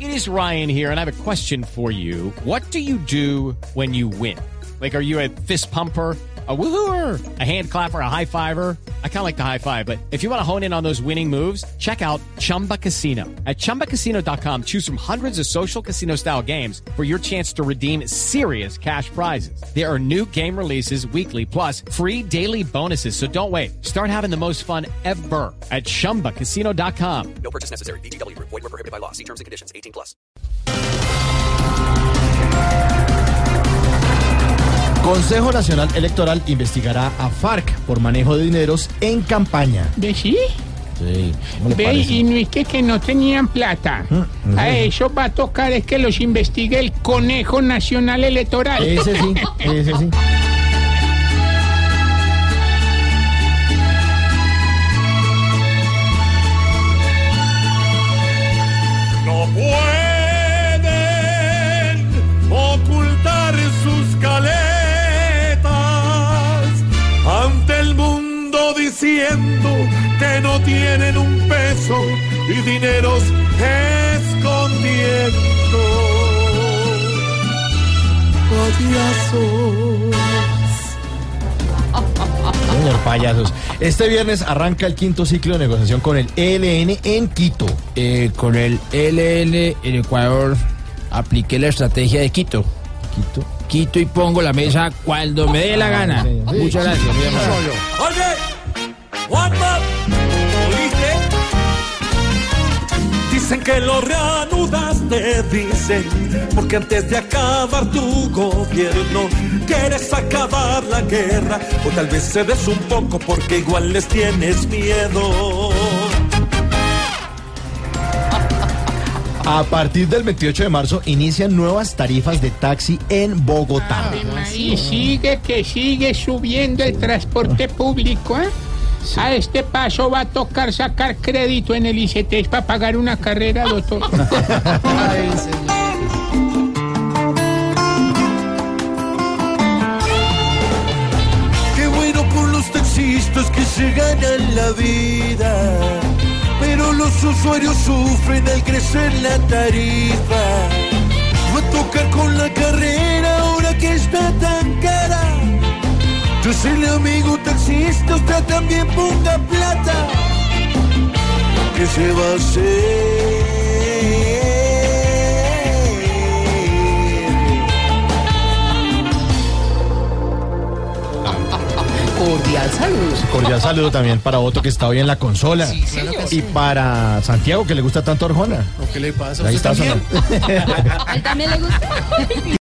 It is Ryan here, and I have a question for you. What do you do when you win? Like, are you a fist pumper, a woo-hooer, a hand clapper, a high fiver? I kind of like the high five, but if you want to hone in on those winning moves, check out Chumba Casino. At ChumbaCasino.com, choose from hundreds of social casino-style games for your chance to redeem serious cash prizes. There are new game releases weekly, plus free daily bonuses. So don't wait. Start having the most fun ever at ChumbaCasino.com. No purchase necessary. VGW Group. Void where prohibited by law. See terms and conditions. 18+. Consejo Nacional Electoral investigará a FARC por manejo de dineros en campaña. ¿Ve sí? Sí, ¿cómo le Ve, parece? y no es que no tenían plata. A eso va a tocar es que los investigue el Conejo Nacional Electoral. Ese sí, ese sí. No pueden ocultar sus caletas ante el mundo diciendo que no tienen un peso y dineros escondiendo. Payasos. Señor Payasos, este viernes arranca el quinto ciclo de negociación con el ELN en Quito. Con el ELN en Ecuador apliqué la estrategia de Quito. Quito y pongo la mesa cuando me dé la gana. Sí. Muchas gracias. Muy amable. Oye, Juanma, ¿oíste? Dicen que lo reanudaste, dicen, porque antes de acabar tu gobierno quieres acabar la guerra, o tal vez cedes un poco porque igual les tienes miedo. A partir del 28 de marzo inician nuevas tarifas de taxi en Bogotá. Y sigue subiendo el transporte público, ¿eh? Sí. A este paso va a tocar sacar crédito en el ICETEX para pagar una carrera, doctor. Ay, señor. Qué bueno con los taxistas que se ganan la vida, pero los usuarios sufren al crecer la tarifa. Va a tocar con la carrera ahora que está tan cara. Decirle amigo taxista, usted también ponga plata. ¿Qué se va a hacer? Cordial saludos. Cordial saludo también para Otto, que está hoy en la consola. Sí, señor. Y para Santiago, que le gusta tanto Arjona. ¿Qué le pasa? Ahí está sonando. ¿A él también le gusta?